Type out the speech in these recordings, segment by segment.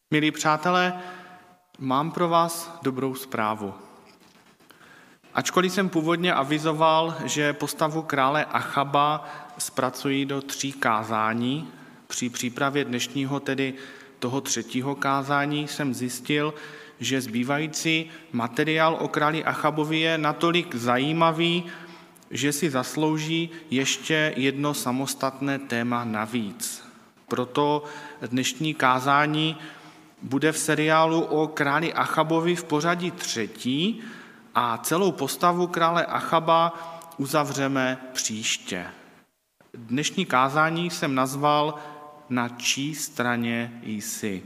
Milí přátelé, mám pro vás dobrou zprávu. Ačkoliv jsem původně avizoval, že postavu krále Achaba zpracuji do 3 kázání, při přípravě dnešního, tedy toho 3. kázání, jsem zjistil, že zbývající materiál o králi Achabovi je natolik zajímavý, že si zaslouží ještě jedno samostatné téma navíc. Proto dnešní kázání bude v seriálu o králi Achabovi v pořadí 3. a celou postavu krále Achaba uzavřeme příště. Dnešní kázání jsem nazval Na čí straně jsi.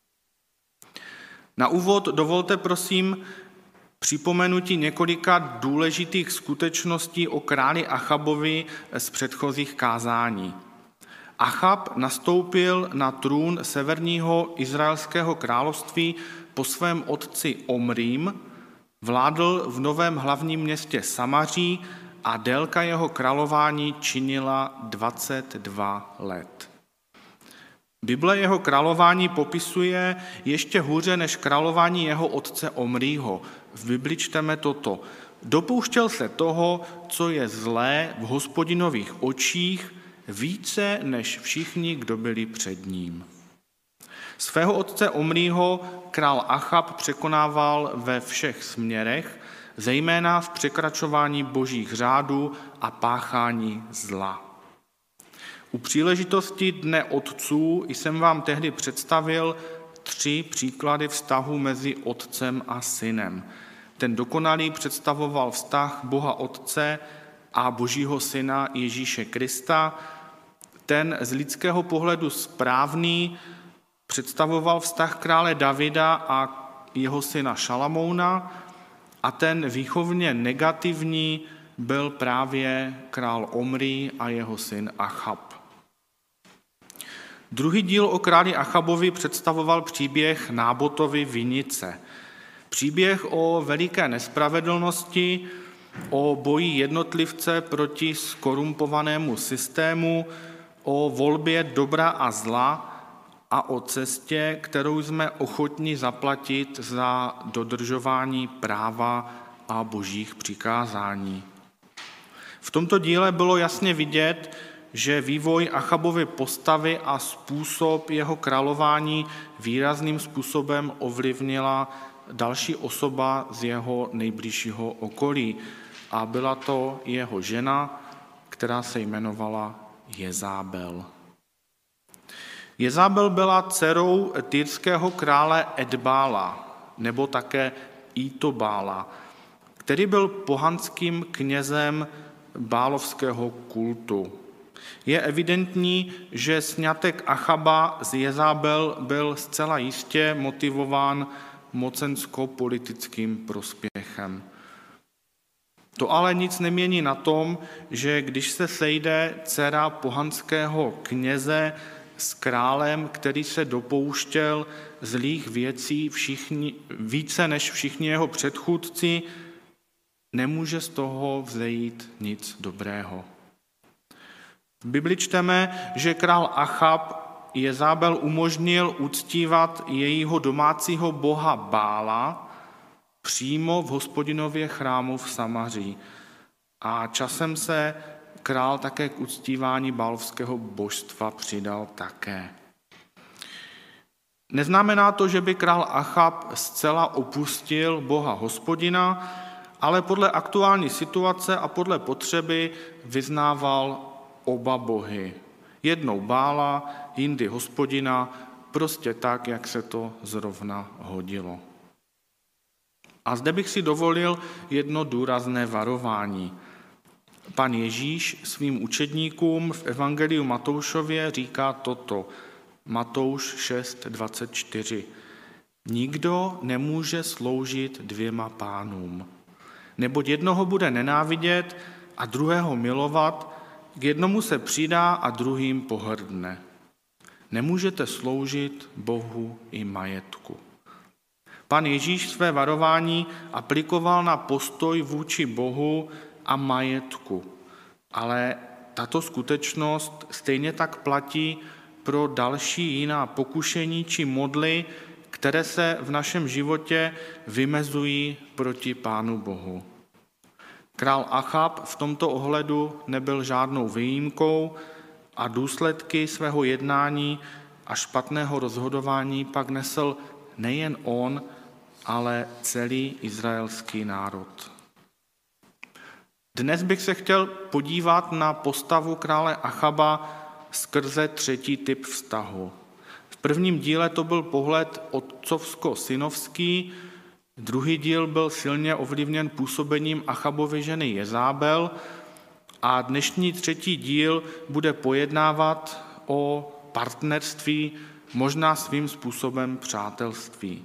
Na úvod dovolte prosím připomenutí několika důležitých skutečností o králi Achabovi z předchozích kázání. Achab nastoupil na trůn severního izraelského království po svém otci Omrím, vládl v novém hlavním městě Samaří a délka jeho králování činila 22 let. Bible jeho králování popisuje ještě hůře než králování jeho otce Omrího. V Bibli čteme toto. Dopouštěl se toho, co je zlé v Hospodinových očích, více než všichni, kdo byli před ním. Svého otce Omrího král Achab překonával ve všech směrech, zejména v překračování božích řádů a páchání zla. U příležitosti Dne otců jsem vám tehdy představil 3 příklady vztahu mezi otcem a synem. Ten dokonalý představoval vztah Boha Otce a Božího Syna Ježíše Krista. Ten z lidského pohledu správný představoval vztah krále Davida a jeho syna Šalamouna a ten výchovně negativní byl právě král Omri a jeho syn Achab. Druhý díl o králi Achabovi představoval příběh Nábotovy vinice. Příběh o veliké nespravedlnosti, o boji jednotlivce proti skorumpovanému systému, o volbě dobra a zla a o cestě, kterou jsme ochotni zaplatit za dodržování práva a božích přikázání. V tomto díle bylo jasně vidět, že vývoj Achabovy postavy a způsob jeho králování výrazným způsobem ovlivnila další osoba z jeho nejbližšího okolí. A byla to jeho žena, která se jmenovala Jezábel. Jezábel byla dcerou tyrského krále Edbála, nebo také Ítobála, který byl pohanským knězem bálovského kultu. Je evidentní, že sňatek Achaba z Jezábel byl zcela jistě motivován mocensko-politickým prospěchem. To ale nic nemění na tom, že když se sejde dcera pohanského kněze s králem, který se dopouštěl zlých věcí více než všichni jeho předchůdci, nemůže z toho vzejít nic dobrého. V Bibli čteme, že král Achab Jezábel umožnil uctívat jejího domácího boha Bála přímo v Hospodinově chrámu v Samaří. A časem se král také k uctívání bálovského božstva přidal také. Neznamená to, že by král Achab zcela opustil boha Hospodina, ale podle aktuální situace a podle potřeby vyznával oba bohy. Jednou Bála, jindy Hospodina, prostě tak, jak se to zrovna hodilo. A zde bych si dovolil jedno důrazné varování. Pan Ježíš svým učedníkům v Evangeliu Matoušově říká toto, Matouš 6:24. Nikdo nemůže sloužit 2 pánům, neboť jednoho bude nenávidět a druhého milovat, k jednomu se přidá a druhým pohrdne. Nemůžete sloužit Bohu i majetku. Pan Ježíš své varování aplikoval na postoj vůči Bohu a majetku, ale tato skutečnost stejně tak platí pro další jiná pokušení či modly, které se v našem životě vymezují proti Pánu Bohu. Král Achab v tomto ohledu nebyl žádnou výjimkou a důsledky svého jednání a špatného rozhodování pak nesl nejen on, ale celý izraelský národ. Dnes bych se chtěl podívat na postavu krále Achaba skrze třetí typ vztahu. V prvním díle to byl pohled otcovsko-synovský, druhý díl byl silně ovlivněn působením Achabovy ženy Jezábel a dnešní třetí díl bude pojednávat o partnerství, možná svým způsobem přátelství.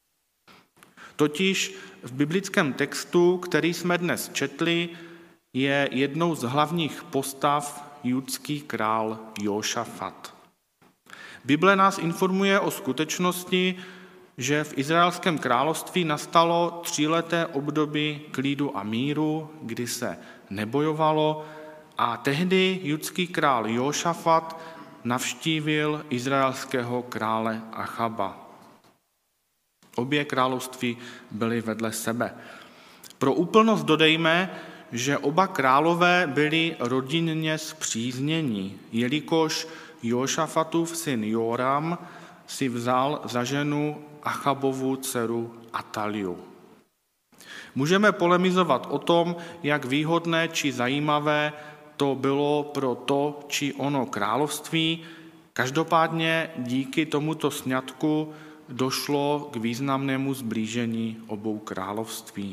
Totiž v biblickém textu, který jsme dnes četli, je jednou z hlavních postav judský král Jóšafat. Bible nás informuje o skutečnosti, že v izraelském království nastalo 3leté období klidu a míru, kdy se nebojovalo a tehdy judský král Jóšafat navštívil izraelského krále Achaba. Obě království byly vedle sebe. Pro úplnost dodejme, že oba králové byli rodinně spříznění, jelikož Jóšafatův syn Jóram si vzal za ženu Achabovu dceru Ataliu. Můžeme polemizovat o tom, jak výhodné či zajímavé to bylo pro to či ono království. Každopádně díky tomuto sňatku došlo k významnému sblížení obou království.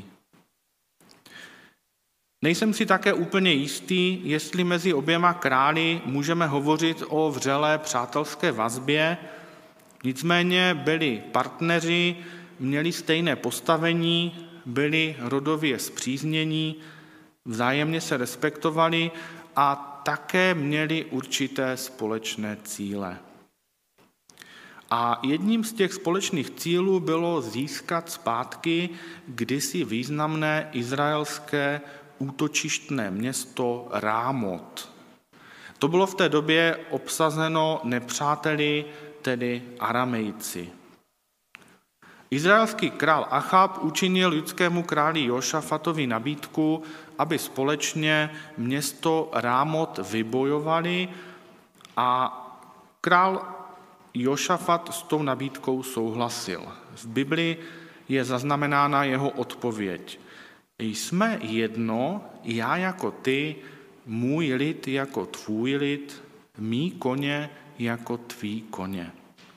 Nejsem si také úplně jistý, jestli mezi oběma králi můžeme hovořit o vřelé přátelské vazbě, nicméně byli partneři, měli stejné postavení, byli rodově spříznění, vzájemně se respektovali a také měli určité společné cíle. A jedním z těch společných cílů bylo získat zpátky kdysi významné izraelské útočištné město Rámot. To bylo v té době obsazeno nepřáteli, tedy Aramejci. Izraelský král Achab učinil judskému králi Jóšafatovi nabídku, aby společně město Rámot vybojovali a král Jóšafat s tou nabídkou souhlasil. V Bibli je zaznamenána jeho odpověď. Jsme jedno, já jako ty, můj lid jako tvůj lid, mý koně jako tvý koně.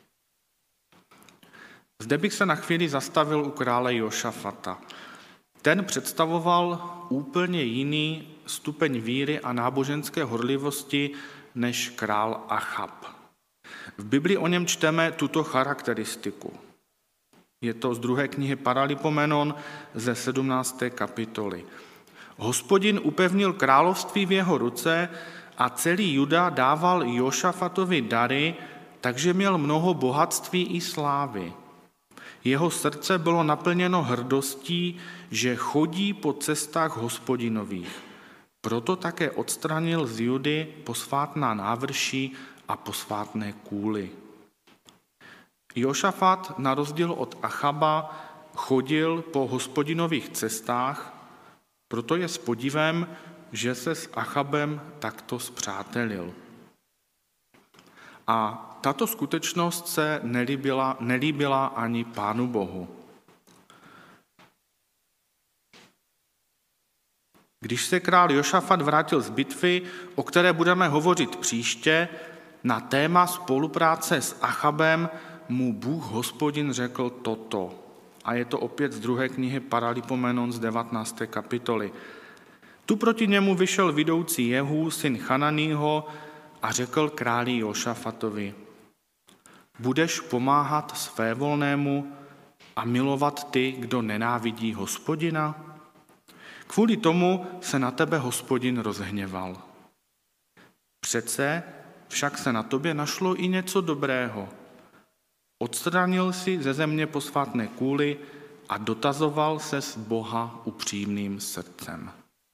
Zde bych se na chvíli zastavil u krále Jóšafata. Ten představoval úplně jiný stupeň víry a náboženské horlivosti než král Achab. V Bibli o něm čteme tuto charakteristiku. Je to z 2. knihy Paralipomenon ze 17. kapitoly. Hospodin upevnil království v jeho ruce a celý Juda dával Jóšafatovi dary, takže měl mnoho bohatství i slávy. Jeho srdce bylo naplněno hrdostí, že chodí po cestách Hospodinových. Proto také odstranil z Judy posvátná návrší a posvátné kůly. Jóšafat na rozdíl od Achaba chodil po Hospodinových cestách, proto je s podivem, že se s Achabem takto spřátelil. A tato skutečnost se nelíbila ani Pánu Bohu. Když se král Jóšafat vrátil z bitvy, o které budeme hovořit příště, na téma spolupráce s Achabem mu Bůh Hospodin řekl toto. A je to opět z 2. knihy Paralipomenon z 19. kapitoly. Tu proti němu vyšel vidoucí Jehu, syn Chananího, a řekl králi Jóšafatovi: budeš pomáhat svévolnému a milovat ty, kdo nenávidí Hospodina? Kvůli tomu se na tebe Hospodin rozhněval. Přece však se na tobě našlo i něco dobrého. Odstranil si ze země posvátné kůly a dotazoval se z Boha upřímným srdcem.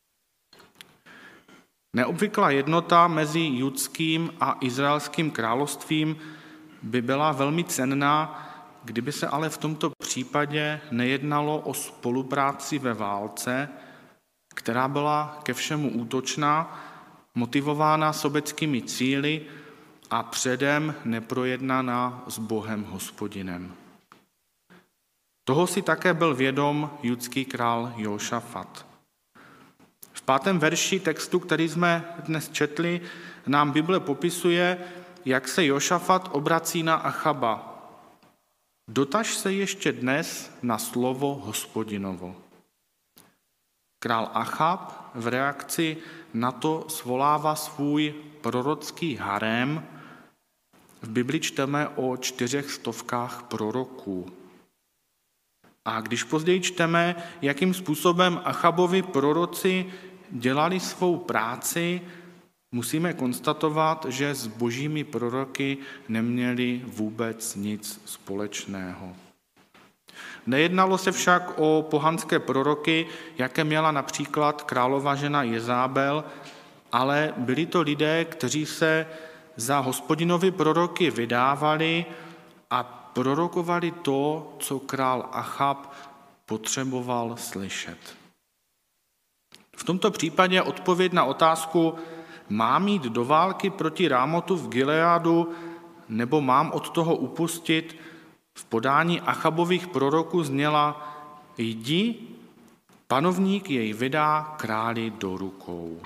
Neobvyklá jednota mezi judským a izraelským královstvím by byla velmi cenná, kdyby se ale v tomto případě nejednalo o spolupráci ve válce, která byla ke všemu útočná, motivována sobeckými cíli a předem neprojednaná s Bohem Hospodinem. Toho si také byl vědom judský král Jošafat. V 5. verši textu, který jsme dnes četli, nám Bible popisuje, jak se Jošafat obrací na Achaba. Dotaž se ještě dnes na slovo Hospodinovo. Král Achab v reakci na to svolává svůj prorocký harém. V Bibli čteme o 400 proroků. A když později čteme, jakým způsobem Achabovi proroci dělali svou práci, musíme konstatovat, že s božími proroky neměli vůbec nic společného. Nejednalo se však o pohanské proroky, jaké měla například králova žena Jezábel, ale byli to lidé, kteří se za Hospodinovi proroky vydávali a prorokovali to, co král Achab potřeboval slyšet. V tomto případě odpověď na otázku, mám jít do války proti Rámotu v Gileádu, nebo mám od toho upustit, v podání Achabových proroků zněla, jdi, panovník jej vydá králi do rukou.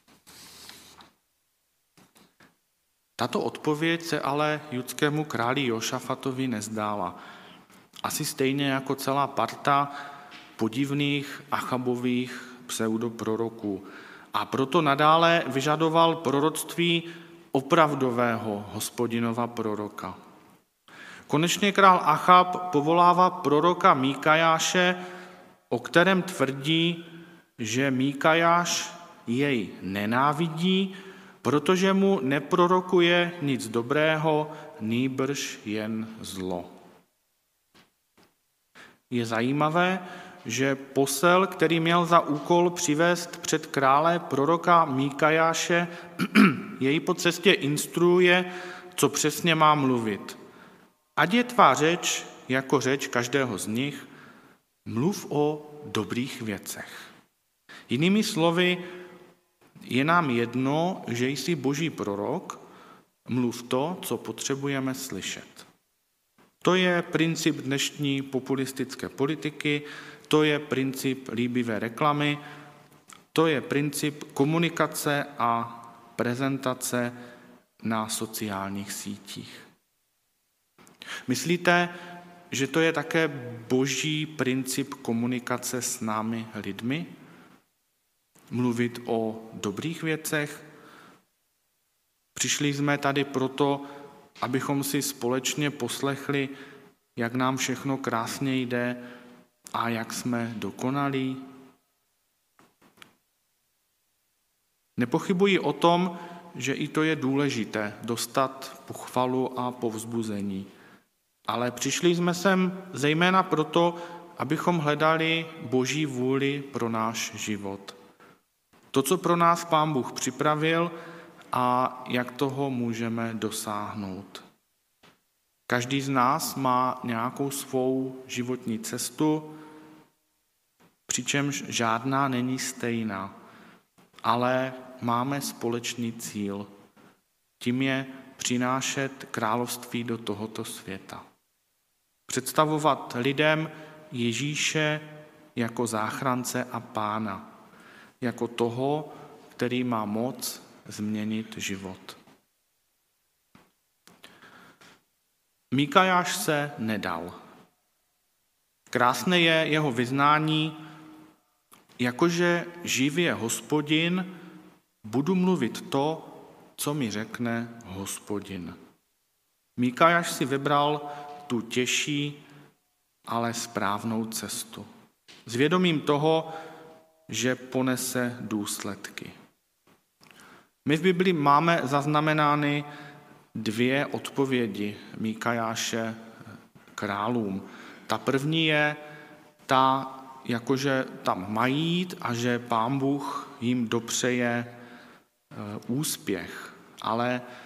Tato odpověď se ale judskému králi Jošafatovi nezdála. Asi stejně jako celá parta podivných Achabových pseudoproroků. A proto nadále vyžadoval proroctví opravdového Hospodinova proroka. Konečně král Achab povolává proroka Míkajáše, o kterém tvrdí, že Míkajáš jej nenávidí, protože mu neprorokuje nic dobrého, nýbrž jen zlo. Je zajímavé, že posel, který měl za úkol přivést před krále proroka Míkajáše, jej po cestě instruuje, co přesně má mluvit. Ať je tvá řeč jako řeč každého z nich, mluv o dobrých věcech. Jinými slovy, je nám jedno, že jsi boží prorok, mluv to, co potřebujeme slyšet. To je princip dnešní populistické politiky, to je princip líbivé reklamy, to je princip komunikace a prezentace na sociálních sítích. Myslíte, že to je také boží princip komunikace s námi lidmi? Mluvit o dobrých věcech? Přišli jsme tady proto, abychom si společně poslechli, jak nám všechno krásně jde a jak jsme dokonalí? Nepochybuji o tom, že i to je důležité, dostat pochvalu a povzbuzení. Ale přišli jsme sem zejména proto, abychom hledali boží vůli pro náš život. To, co pro nás Pán Bůh připravil a jak toho můžeme dosáhnout. Každý z nás má nějakou svou životní cestu, přičemž žádná není stejná, ale máme společný cíl. Tím je přinášet království do tohoto světa. Představovat lidem Ježíše jako záchrance a pána, jako toho, který má moc změnit život. Míkajáš se nedal. Krásné je jeho vyznání, jakože živ je Hospodin, budu mluvit to, co mi řekne Hospodin. Míkajáš si vybral tu těžší, ale správnou cestu. S vědomím toho, že ponese důsledky. My v Bibli máme zaznamenány 2 odpovědi Míkajáše králům. Ta první je ta, jakože tam mají jít a že Pán Bůh jim dopřeje úspěch. Ale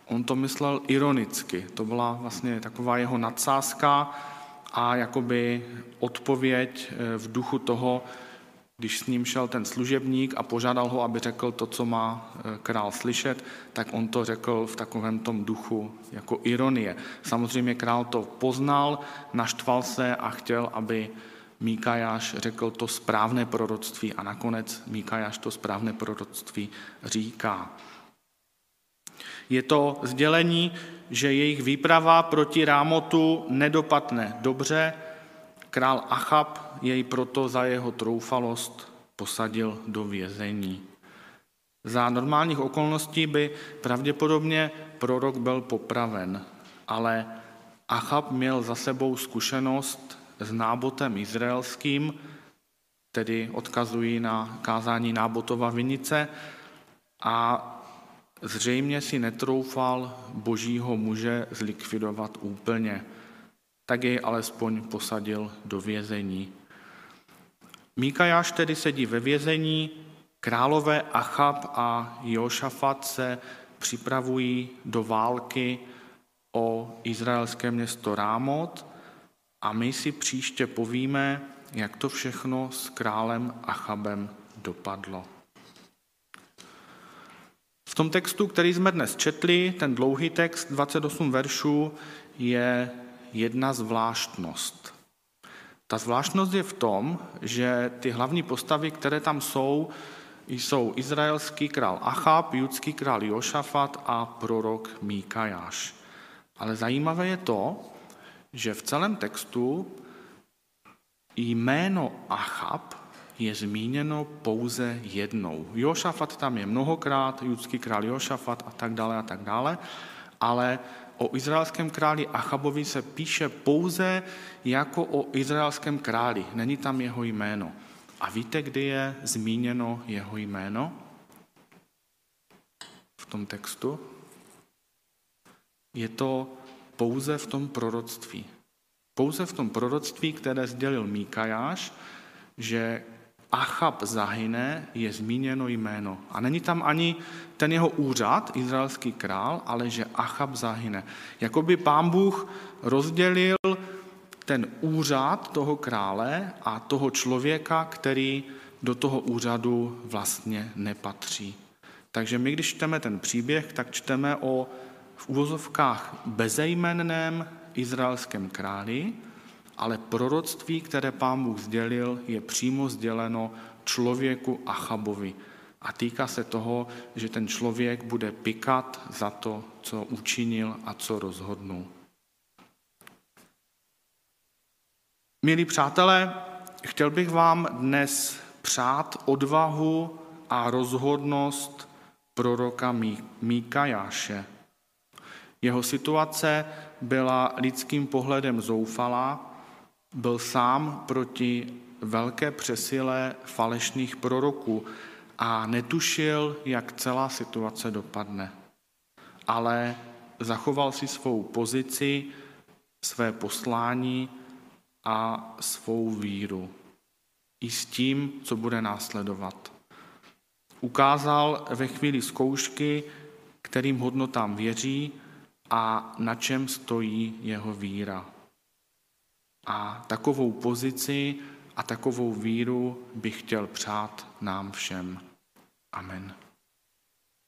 On to myslel ironicky, to byla vlastně taková jeho nadsázka a jakoby odpověď v duchu toho, když s ním šel ten služebník a požádal ho, aby řekl to, co má král slyšet, tak on to řekl v takovém tom duchu jako ironie. Samozřejmě král to poznal, naštval se a chtěl, aby Míkajáš řekl to správné proroctví a nakonec Míkajáš to správné proroctví říká. Je to sdělení, že jejich výprava proti Rámotu nedopadne dobře. Král Achab jej proto za jeho troufalost posadil do vězení. Za normálních okolností by pravděpodobně prorok byl popraven, ale Achab měl za sebou zkušenost s Nábotem izraelským, tedy odkazují na kázání Nábotova vinice, a zřejmě si netroufal božího muže zlikvidovat úplně, tak jej alespoň posadil do vězení. Míkajáš tedy sedí ve vězení, králové Achab a Jošafat se připravují do války o izraelské město Rámot a my si příště povíme, jak to všechno s králem Achabem dopadlo. V tom textu, který jsme dnes četli, ten dlouhý text, 28 veršů, je jedna zvláštnost. Ta zvláštnost je v tom, že ty hlavní postavy, které tam jsou izraelský král Achab, judský král Jošafat a prorok Míkajáš. Ale zajímavé je to, že v celém textu jméno Achab je zmíněno pouze jednou. Jošafat tam je mnohokrát, judský král Jošafat a tak dále, ale o izraelském králi Achabovi se píše pouze jako o izraelském králi, není tam jeho jméno. A víte, kdy je zmíněno jeho jméno v tom textu? Je to pouze v tom proroctví. Pouze v tom proroctví, které sdělil Míkajáš, že Achab zahyne, je zmíněno jméno. A není tam ani ten jeho úřad, izraelský král, ale že Achab zahyne. Jakoby Pán Bůh rozdělil ten úřad toho krále a toho člověka, který do toho úřadu vlastně nepatří. Takže my, když čteme ten příběh, tak čteme o v uvozovkách bezejmenném izraelském králi, ale proroctví, které Pán Bůh sdělil, je přímo sděleno člověku Achabovi. A týká se toho, že ten člověk bude pykat za to, co učinil a co rozhodnul. Milí přátelé, chtěl bych vám dnes přát odvahu a rozhodnost proroka Míkajáše. Jeho situace byla lidským pohledem zoufalá, byl sám proti velké přesile falešných proroků a netušil, jak celá situace dopadne. Ale zachoval si svou pozici, své poslání a svou víru. I s tím, co bude následovat. Ukázal ve chvíli zkoušky, kterým hodnotám věří a na čem stojí jeho víra. A takovou pozici a takovou víru bych chtěl přát nám všem. Amen.